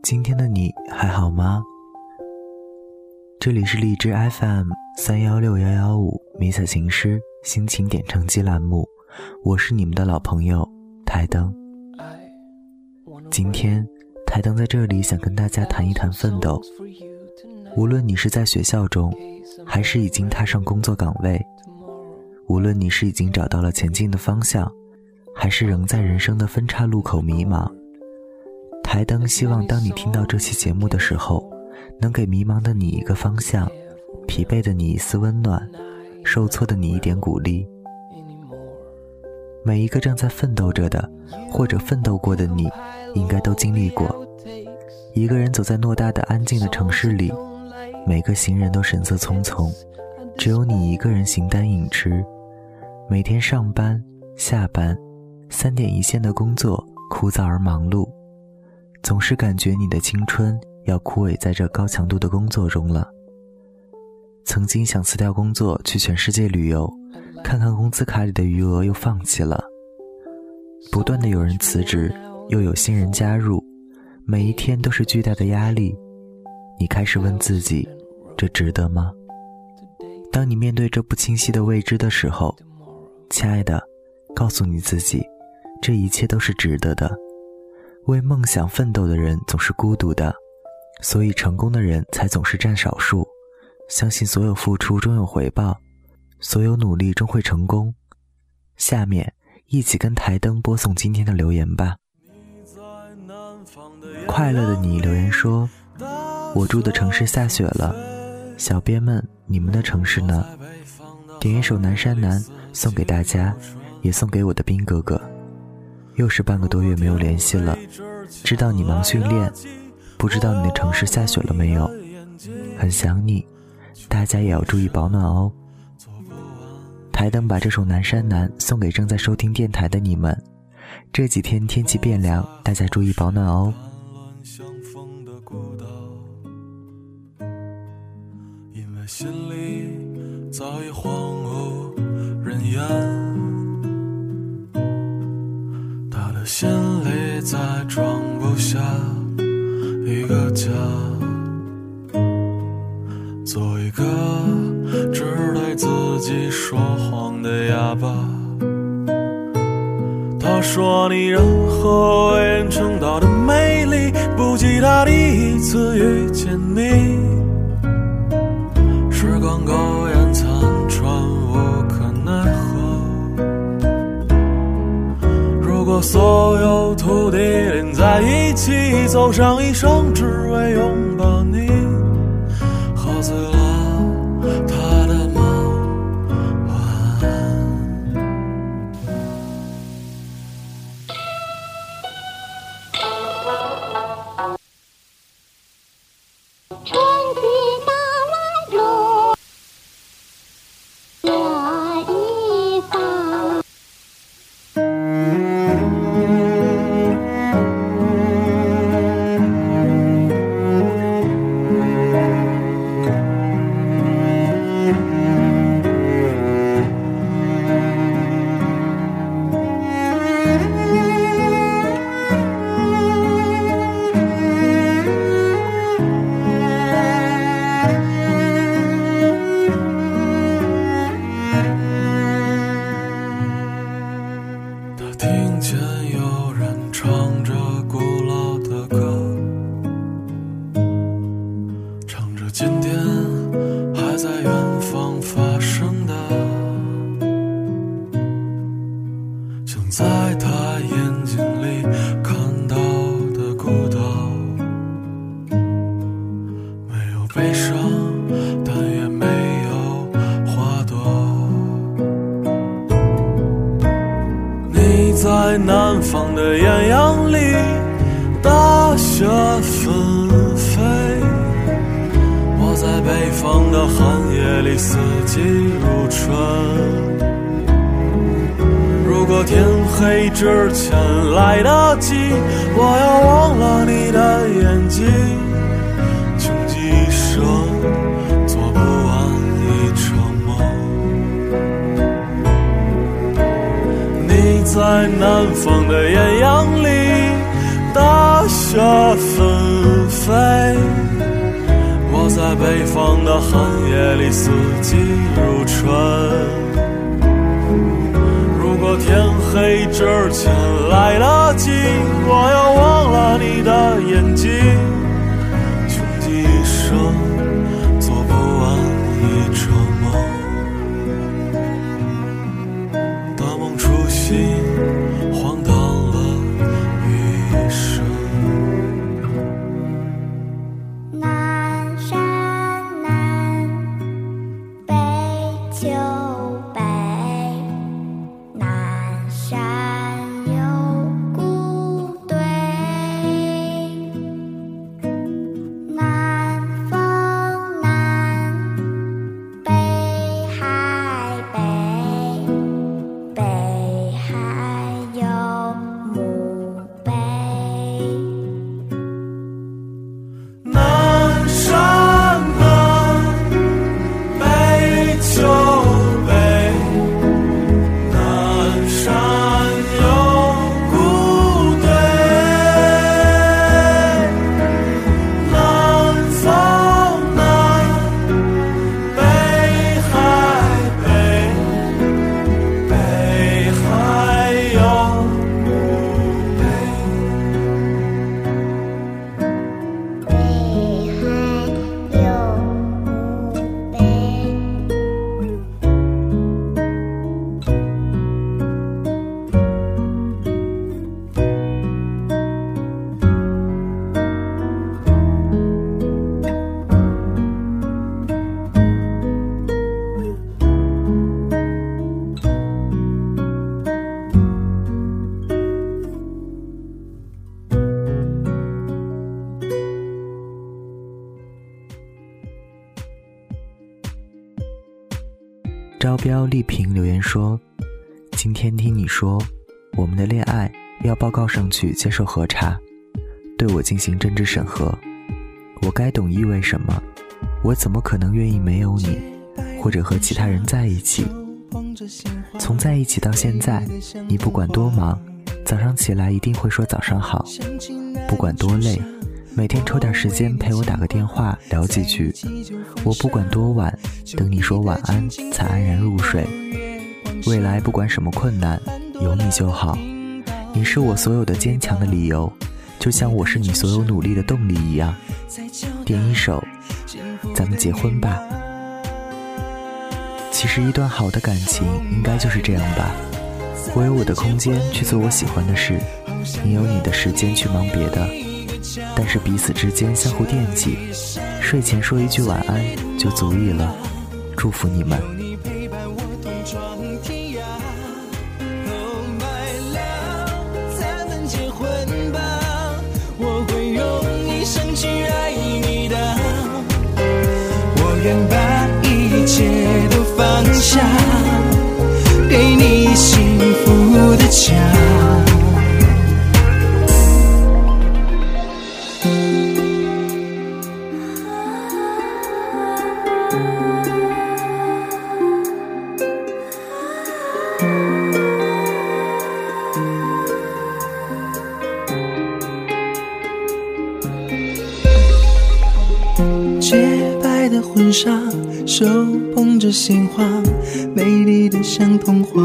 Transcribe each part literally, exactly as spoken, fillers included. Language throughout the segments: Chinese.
今天的你还好吗？这里是荔枝 F M 三一六一一五迷彩情诗心情点唱机栏目，我是你们的老朋友台灯。今天台灯在这里想跟大家谈一谈奋斗。无论你是在学校中，还是已经踏上工作岗位，无论你是已经找到了前进的方向，还是仍在人生的分岔路口迷茫，台灯希望当你听到这期节目的时候，能给迷茫的你一个方向，疲惫的你一丝温暖，受挫的你一点鼓励。每一个正在奋斗着的，或者奋斗过的你，应该都经历过。一个人走在偌大的安静的城市里，每个行人都神色匆匆，只有你一个人形单影只。每天上班下班，三点一线的工作枯燥而忙碌，总是感觉你的青春要枯萎在这高强度的工作中了。曾经想辞掉工作去全世界旅游，看看工资卡里的余额又放弃了。不断的有人辞职，又有新人加入，每一天都是巨大的压力。你开始问自己，这值得吗？当你面对这不清晰的未知的时候，亲爱的，告诉你自己，这一切都是值得的。为梦想奋斗的人总是孤独的，所以成功的人才总是占少数。相信所有付出终有回报，所有努力终会成功。下面一起跟台灯播送今天的留言吧。快乐的你留言说，我住的城市下雪了，小编们，你们的城市呢？点一首南山南送给大家，也送给我的兵哥哥。又是半个多月没有联系了，知道你忙训练，不知道你的城市下雪了没有，很想你，大家也要注意保暖哦。台灯把这首南山南送给正在收听电台的你们，这几天天气变凉，大家注意保暖哦。 因为心里早已荒无人烟，他的心里再装不下一个家，做一个只对自己说谎的哑巴。他说你任何为人称道的美丽，不及他第一次遇见你。时光苟延残喘，无可奈何。如果所有土地连在一起，走上一生只为拥抱你，喝醉了他的梦，晚安。 春季到来如热一方， 听见有人唱着古老的歌，唱着今天还在远方发生的，像在他眼睛里看到的孤岛，没有悲伤，但也没有花朵。你在南方的艳阳里，大雪纷飞，我在北方的寒夜里，四季如春。如果天黑之前来得及，我要忘了你的眼睛，穷极一生做不完一场梦。你在南方的艳阳里，大雪纷飞，我在北方的寒夜里四季如春。如果天黑之前来得及，我要忘了你的眼睛，穷极一生做不完一场梦，大梦初醒，荒唐了余生。 南山南，北秋北，南山有古堆，南风南，北海北，北海有墓碑。 南山南，北秋北，南山有古堆，南风南，北海北，北海有墓碑。 北海有墓碑。 招标丽萍留言说，今天听你说我们的恋爱要报告上去接受核查，对我进行政治审核，我该懂意味什么？我怎么可能愿意没有你或者和其他人在一起？从在一起到现在，你不管多忙，早上起来一定会说早上好，不管多累，每天抽点时间陪我打个电话聊几句，我不管多晚，等你说晚安才安然入睡。未来不管什么困难，有你就好，你是我所有的坚强的理由，就像我是你所有努力的动力一样。点一首咱们结婚吧。其实一段好的感情应该就是这样吧，我有我的空间去做我喜欢的事，你有你的时间去忙别的，但是彼此之间相互惦记，睡前说一句晚安就足以了。祝福你们。 我愿把一切都放下，给你幸福的家。洁白的婚纱，手捧着鲜花，美丽的像童话。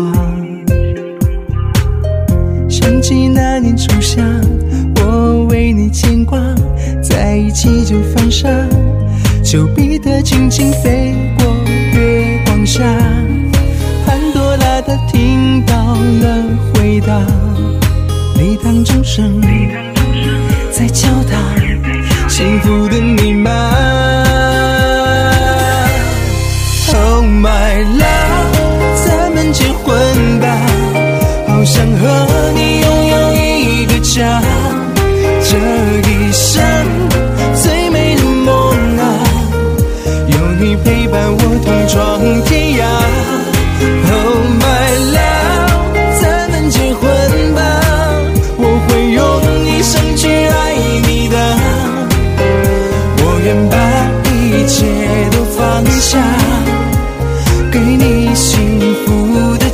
想起那年初夏，我为你牵挂，在一起就放下，丘比特轻轻飞过月光下，潘多拉她听到了回答，礼堂钟声在敲打幸福的密码。Oh my love， 咱们结婚吧，好想和你拥有一个家，这一生最美的梦啊，有你陪伴我同闯天涯。Oh my love， 咱们结婚吧，我会用一生去爱你的，我愿把一切都放下，给你幸福的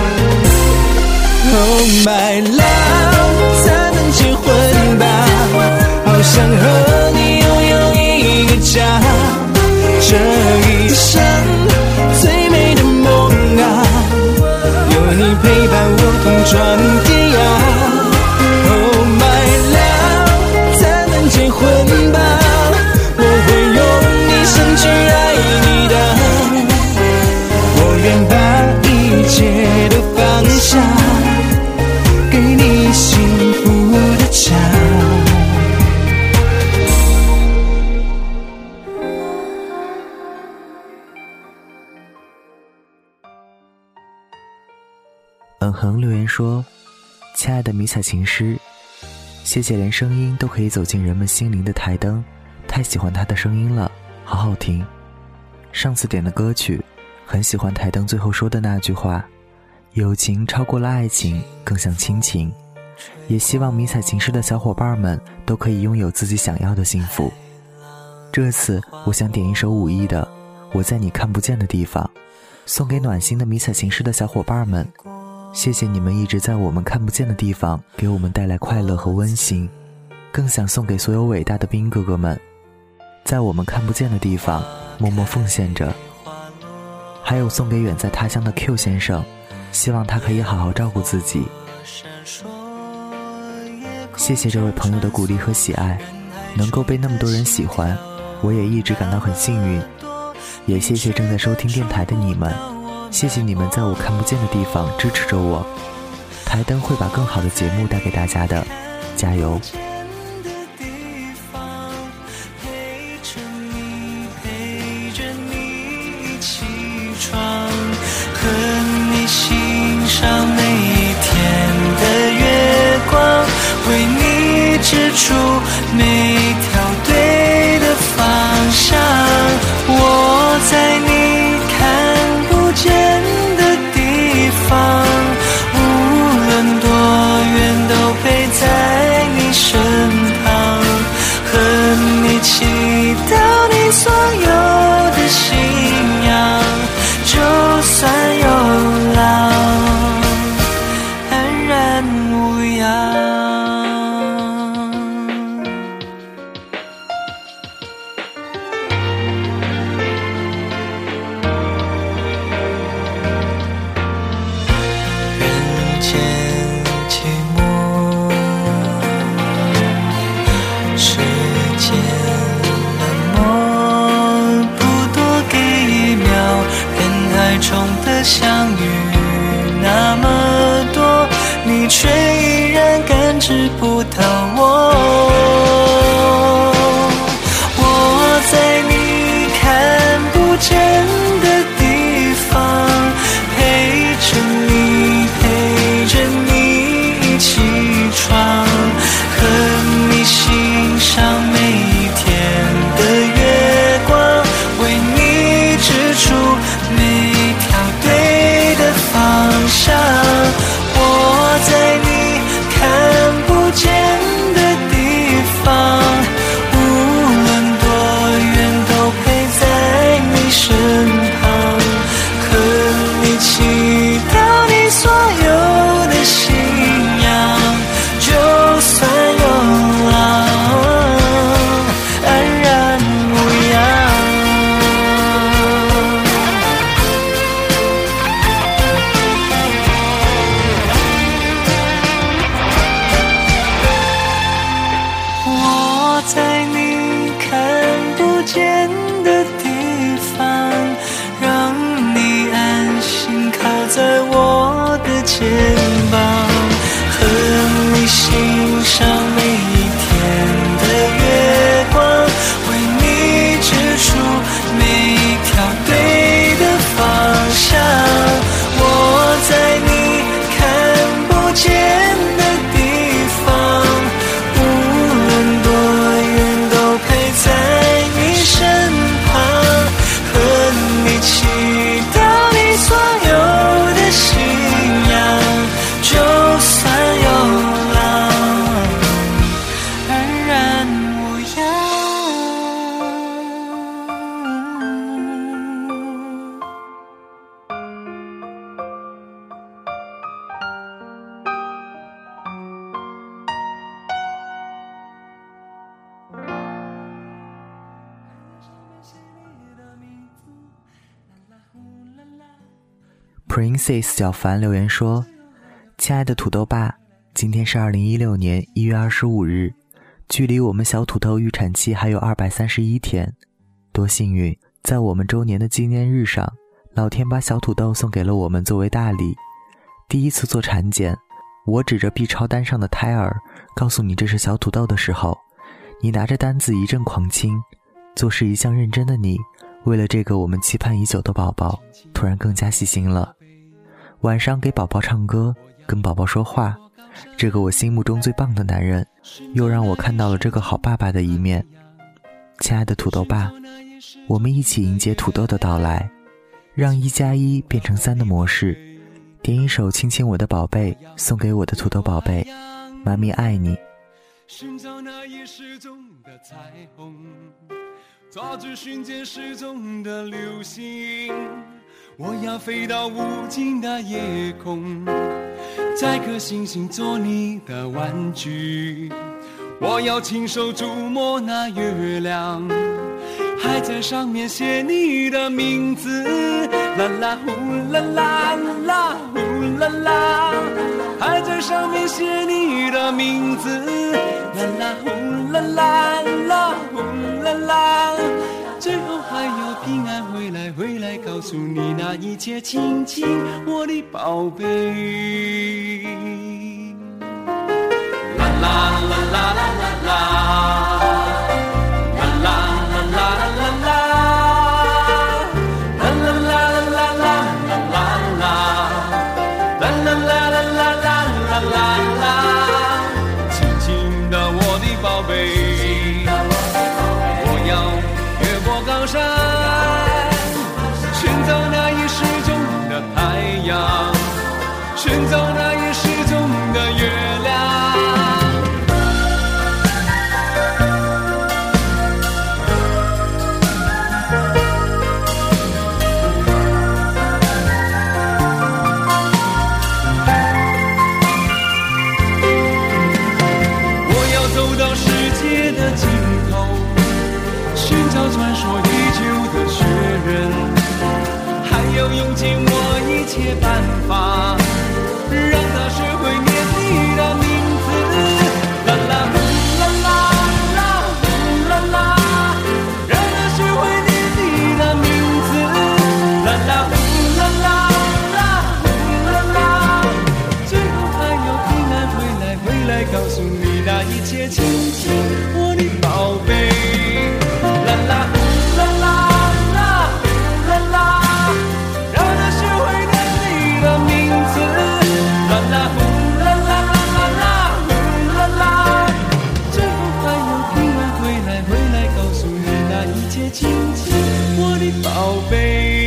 家。Oh my love， 咱们结婚吧。 嗯哼留言说，亲爱的迷彩情诗，谢谢连声音都可以走进人们心灵的台灯，太喜欢他的声音了，好好听。上次点的歌曲，很喜欢台灯最后说的那句话，友情超过了爱情，更像亲情。也希望迷彩情诗的小伙伴们都可以拥有自己想要的幸福。这次我想点一首武艺的我在你看不见的地方，送给暖心的迷彩情诗的小伙伴们。谢谢你们一直在我们看不见的地方给我们带来快乐和温馨。更想送给所有伟大的兵哥哥们，在我们看不见的地方默默奉献着。还有送给远在他乡的 Q 先生，希望他可以好好照顾自己。谢谢这位朋友的鼓励和喜爱，能够被那么多人喜欢，我也一直感到很幸运。也谢谢正在收听电台的你们，谢谢你们在我看不见的地方支持着我。台灯会把更好的节目带给大家的，加油。 和你欣赏每一天的月光，为你指出每条对的方向。我在你看不见的地方，无论多远都陪在你身旁，和你祈祷你所有的信仰，就算有浪安然无恙。人间寂寞，世间冷漠，不多给一秒，人海中的相遇那么多，你却依然感知不到我。我在你看不见的地方，陪着你，陪着你一起闯，和你欣赏每一天的月光，为你指出每条对的方向。我在你看不见的地方，无论多远都陪在你身旁，和你祈祷你所有的信仰，就算有浪安然无恙。我在你看不见的地方，让你安心靠在我的肩膀，和你欣赏每一天的月光，为你指出每条对的方向。我在你看不见的地方，无论多远都陪在你身旁，和你祈祷你所有的信仰，就算有浪安然无恙。 Princess 小凡留言说，亲爱的土豆爸，今天是二零一六年一月二十五日，距离我们小土豆预产期还有二百三十一天，多幸运，在我们周年的纪念日上，老天把小土豆送给了我们作为大礼。第一次做产检，我指着 B 超单上的胎儿告诉你这是小土豆的时候，你拿着单子一阵狂亲，做事一向认真的你，为了这个我们期盼已久的宝宝，突然更加细心了。 晚上给宝宝唱歌，跟宝宝说话，这个我心目中最棒的男人，又让我看到了这个好爸爸的一面。亲爱的土豆爸，我们一起迎接土豆的到来，让一加一变成三的模式，点一首亲亲我的宝贝，送给我的土豆宝贝，妈咪爱你。 寻找那已失踪的彩虹，抓住瞬间失踪的流星，我要飞到无尽的夜空，摘颗星星做你的玩具，我要亲手触摸那月亮，还在上面写你的名字，啦啦呼啦啦啦呼啦啦，还在上面写你的名字，啦啦呼啦啦啦呼啦啦，最后还要平安回来，回来告诉你那一切，亲亲我的宝贝。啦啦啦啦啦啦啦。寻找那已失踪的月亮。我要走到世界的尽头，寻找传说已久的雪人，还要用尽我一切办法，让他学会念你的名字，啦啦呼啦啦啦呼啦啦，让他学会念你的名字，啦啦呼啦啦啦呼啦啦，最后还要平安回来，回来告诉你那一切，亲亲我的宝贝，啦啦呼啦啦啦呼啦啦，让他学会念你的名字，啦啦呼啦啦啦啦啦呼啦啦，最后还要平安回来，回来告诉你那一切，亲亲我的宝贝。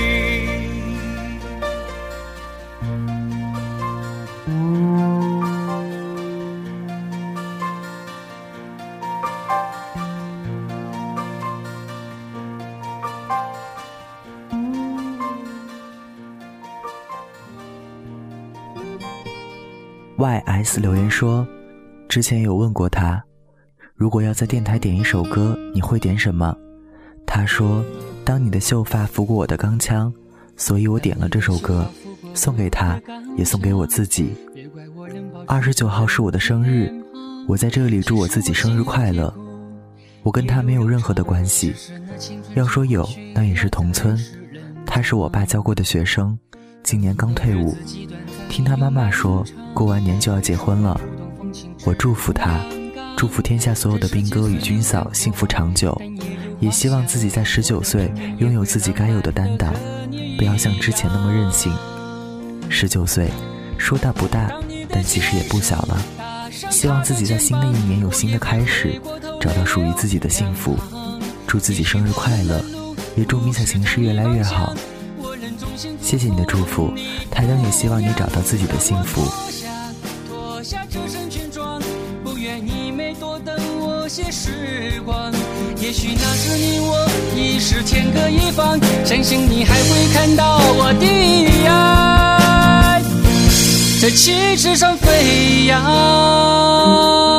Y S 留言说，之前有问过他，如果要在电台点一首歌，你会点什么？他说，当你的秀发拂过我的钢枪，所以我点了这首歌，送给他，也送给我自己。二十九号是我的生日，我在这里祝我自己生日快乐。我跟他没有任何的关系，要说有，那也是同村。他是我爸教过的学生，今年刚退伍。听他妈妈说，过完年就要结婚了。我祝福他，祝福天下所有的兵哥与军嫂幸福长久，也希望自己在十九岁拥有自己该有的担当，不要像之前那么任性。十九岁说大不大，但其实也不小了。希望自己在新的一年有新的开始，找到属于自己的幸福。祝自己生日快乐，也祝迷彩情事越来越好。谢谢你的祝福，台灯也希望你找到自己的幸福。脱下救生圈装，不愿你没多等我些时光，也许那时你我已是天各一方，相信你还会看到我的爱在旗帜上飞扬。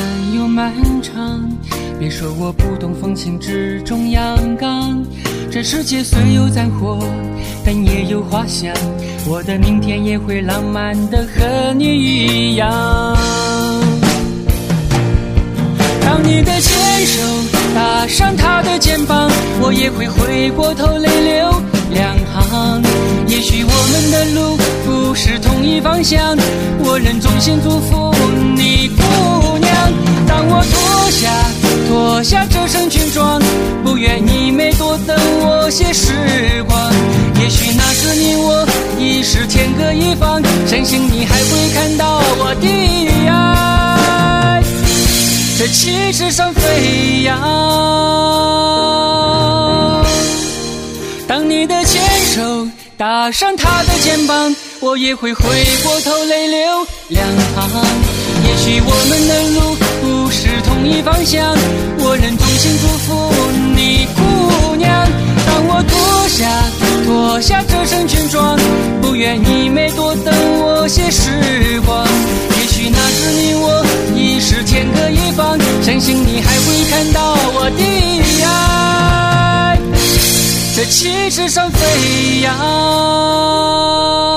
又漫长，别说我不懂风情之中阳刚，这世界虽有战火，但也有花香，我的明天也会浪漫的和你一样。当你的牵手搭上他的肩膀，我也会回过头泪流两行。也许我们的路不是同一方向，我仍衷心祝福你姑娘。当我脱下脱下这身裙装，不愿你每多等我些时光。也许那时你我已是天各一方，相信你还会看到我的爱在气势上飞扬。当你的牵手搭上他的肩膀，我也会回过头泪流两行。也许我们的路不是同一方向，我仍衷心祝福你姑娘。当我脱下脱下这身裙装，不愿你每多等我些时光。也许那时你我已是天各一方，相信你还会看到我的爱在气势上飞扬。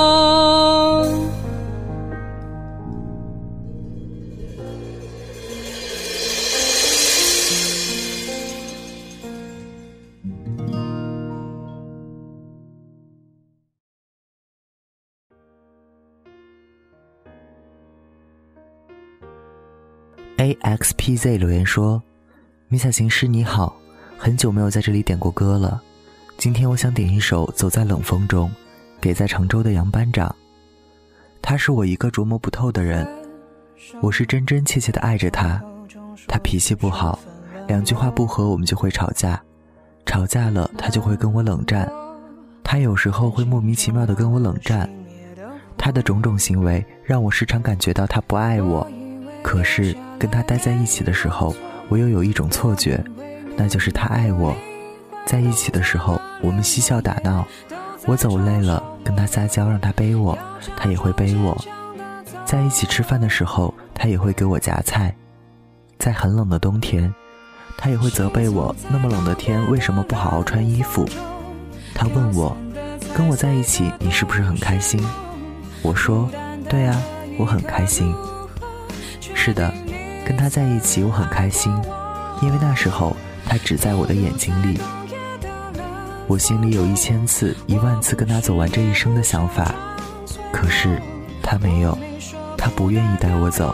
A X P Z 留言说，米小行师你好，很久没有在这里点过歌了，今天我想点一首《走在冷风中》，给在常州的杨班长。他是我一个琢磨不透的人，我是真真切切的爱着他。他脾气不好，两句话不合我们就会吵架，吵架了他就会跟我冷战，他有时候会莫名其妙的跟我冷战。他的种种行为让我时常感觉到他不爱我，可是跟他待在一起的时候，我又有一种错觉，那就是他爱我。在一起的时候我们嬉笑打闹，我走累了跟他撒娇让他背我，他也会背我。在一起吃饭的时候他也会给我夹菜。在很冷的冬天他也会责备我，那么冷的天为什么不好好穿衣服。他问我，跟我在一起你是不是很开心？我说对啊，我很开心。是的，跟他在一起我很开心，因为那时候他只在我的眼睛里。我心里有一千次一万次跟他走完这一生的想法，可是他没有，他不愿意带我走。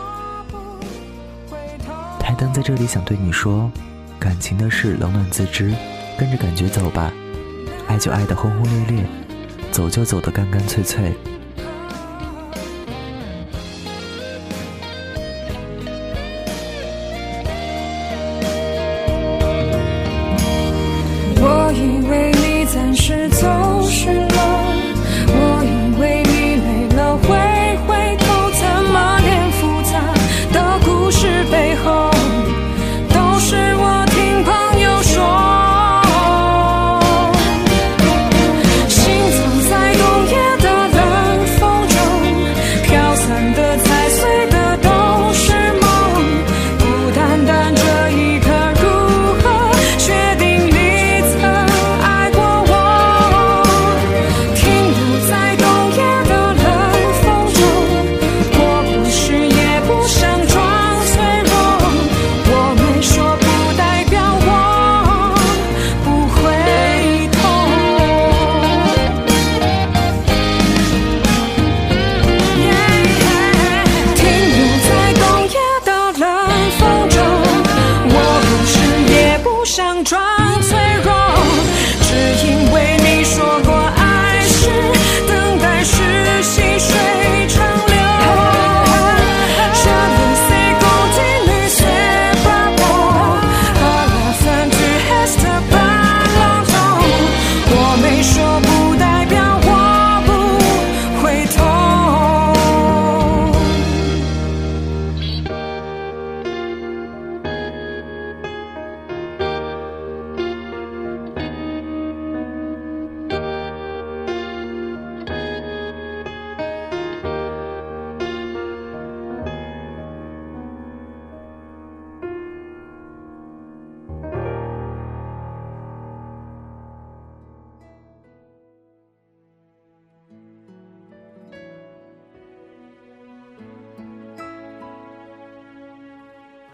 台灯在这里想对你说，感情的事冷暖自知，跟着感觉走吧，爱就爱得轰轰烈烈，走就走得干干脆脆。 我以为你暂时走失了，我以为你累了会回头，怎么连复杂的故事背后都是我听朋友说。心藏在冬夜的冷风中，飘散的踩碎的都是梦，孤单单这一刻如何确定你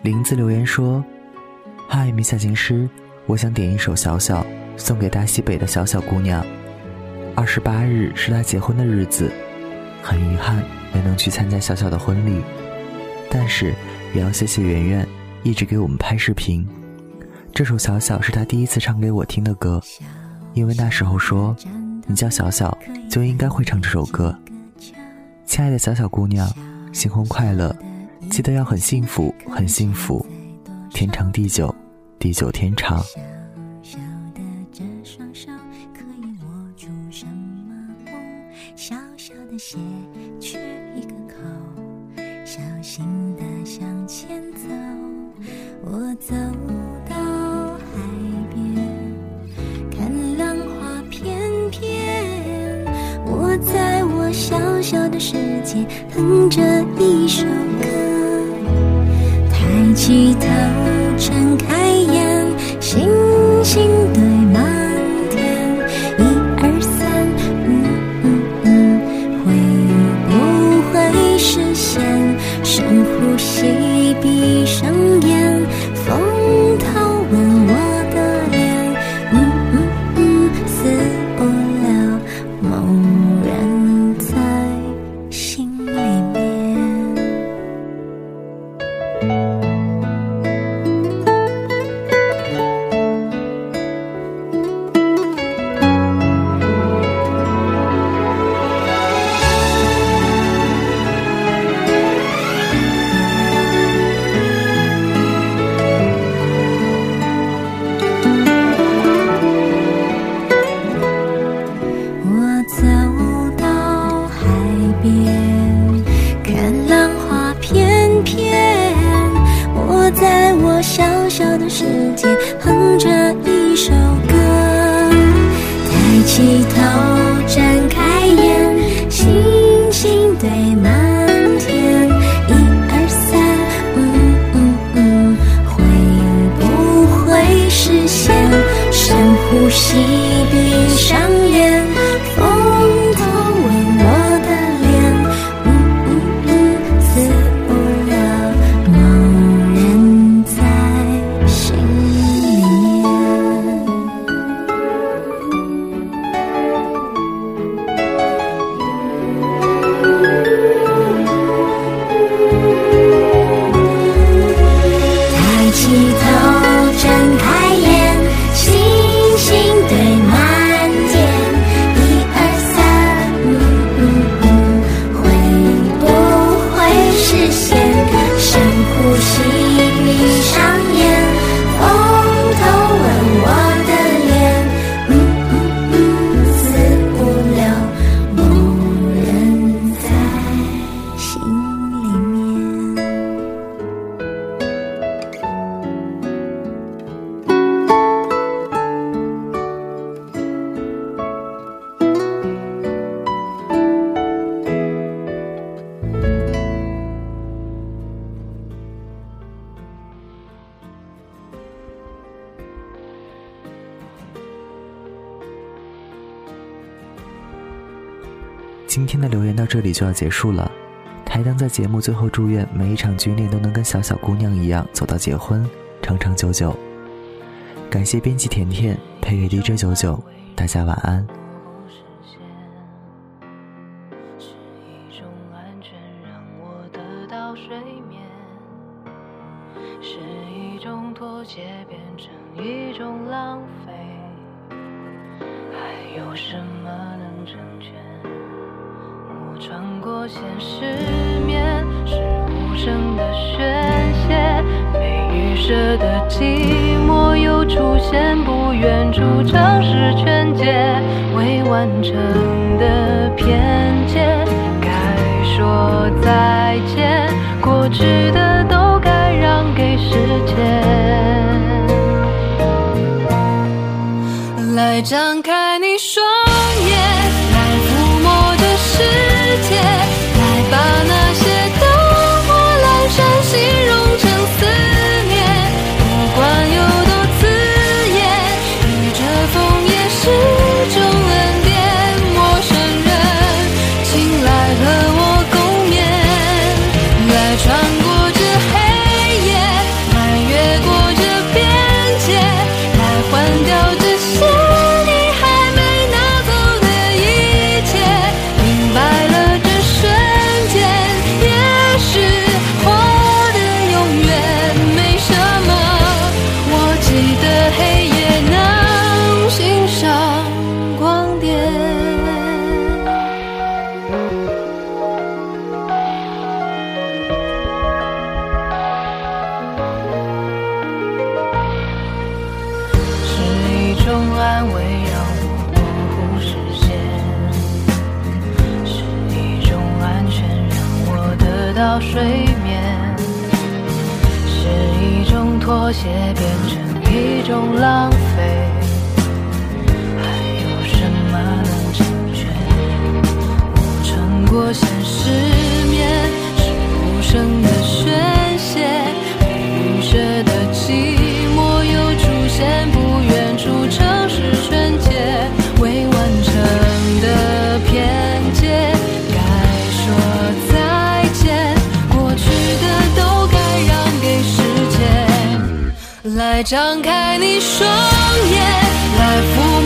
林子留言说，嗨，米小琴师，我想点一首小小送给大西北的小小姑娘。二十八日是她结婚的日子，很遗憾没能去参加小小的婚礼，但是也要谢谢圆圆一直给我们拍视频。这首小小是她第一次唱给我听的歌，因为那时候说你叫小小就应该会唱这首歌。亲爱的小小姑娘，新婚快乐，记得要很幸福很幸福，天长地久，地久天长。 小的这双手可以握住什么梦，小小的鞋去一个口，小心的向前走。我走到海边，看浪花翩翩，我在我小小的世界哼着一首歌，抬起头睁开眼，星星堆满天，一二三，嗯嗯嗯，会不会实现？深呼吸，闭上眼，风头吻我的脸，嗯嗯嗯，死不了，某人在心里面。我走到海边，看浪花翩翩，我在我小小的世界哼着一首歌，抬起头睁开眼，星星堆满天，一二三，嗯嗯嗯，会不会实现？深呼吸，闭上眼，风头吻我的脸，嗯嗯嗯，死不了，某人在心里面。抬起头睁开眼，星星堆满天，一二三，嗯嗯嗯，会不会实现？深呼吸，闭上眼，风头吻我的脸，嗯嗯嗯，死不了，某人在心里面。 今天的留言到这里就要结束了。台灯在节目最后祝愿每一场军恋都能跟小小姑娘一样走到结婚，长长久久。感谢编辑甜甜，配乐 D J 九九，大家晚安。 是一种安全让我得到睡眠，是一种妥协变成一种浪费，还有什么能成全？我穿过现实面，是无声的宣泄，被预设的寂寞又出现，不愿主张是全解，未完成的偏见，该说再见，过去的都该让给时间。来张开你双眼，来抚摸这世界，来把那些灯火阑珊形容成思念，不管有多刺眼，与这枫叶是种恩典，陌生人请来和我共眠，来穿过这黑夜， 种安慰让我模糊视线，是一种安全让我得到睡眠，是一种妥协变成一种浪费，还有什么能成全？我穿过现实面，是无声的宣泄，被预设的寂寞又出现，不远处城市纯洁，未完成的偏见，该说再见，过去的都该让给时间，来张开你双眼，来抚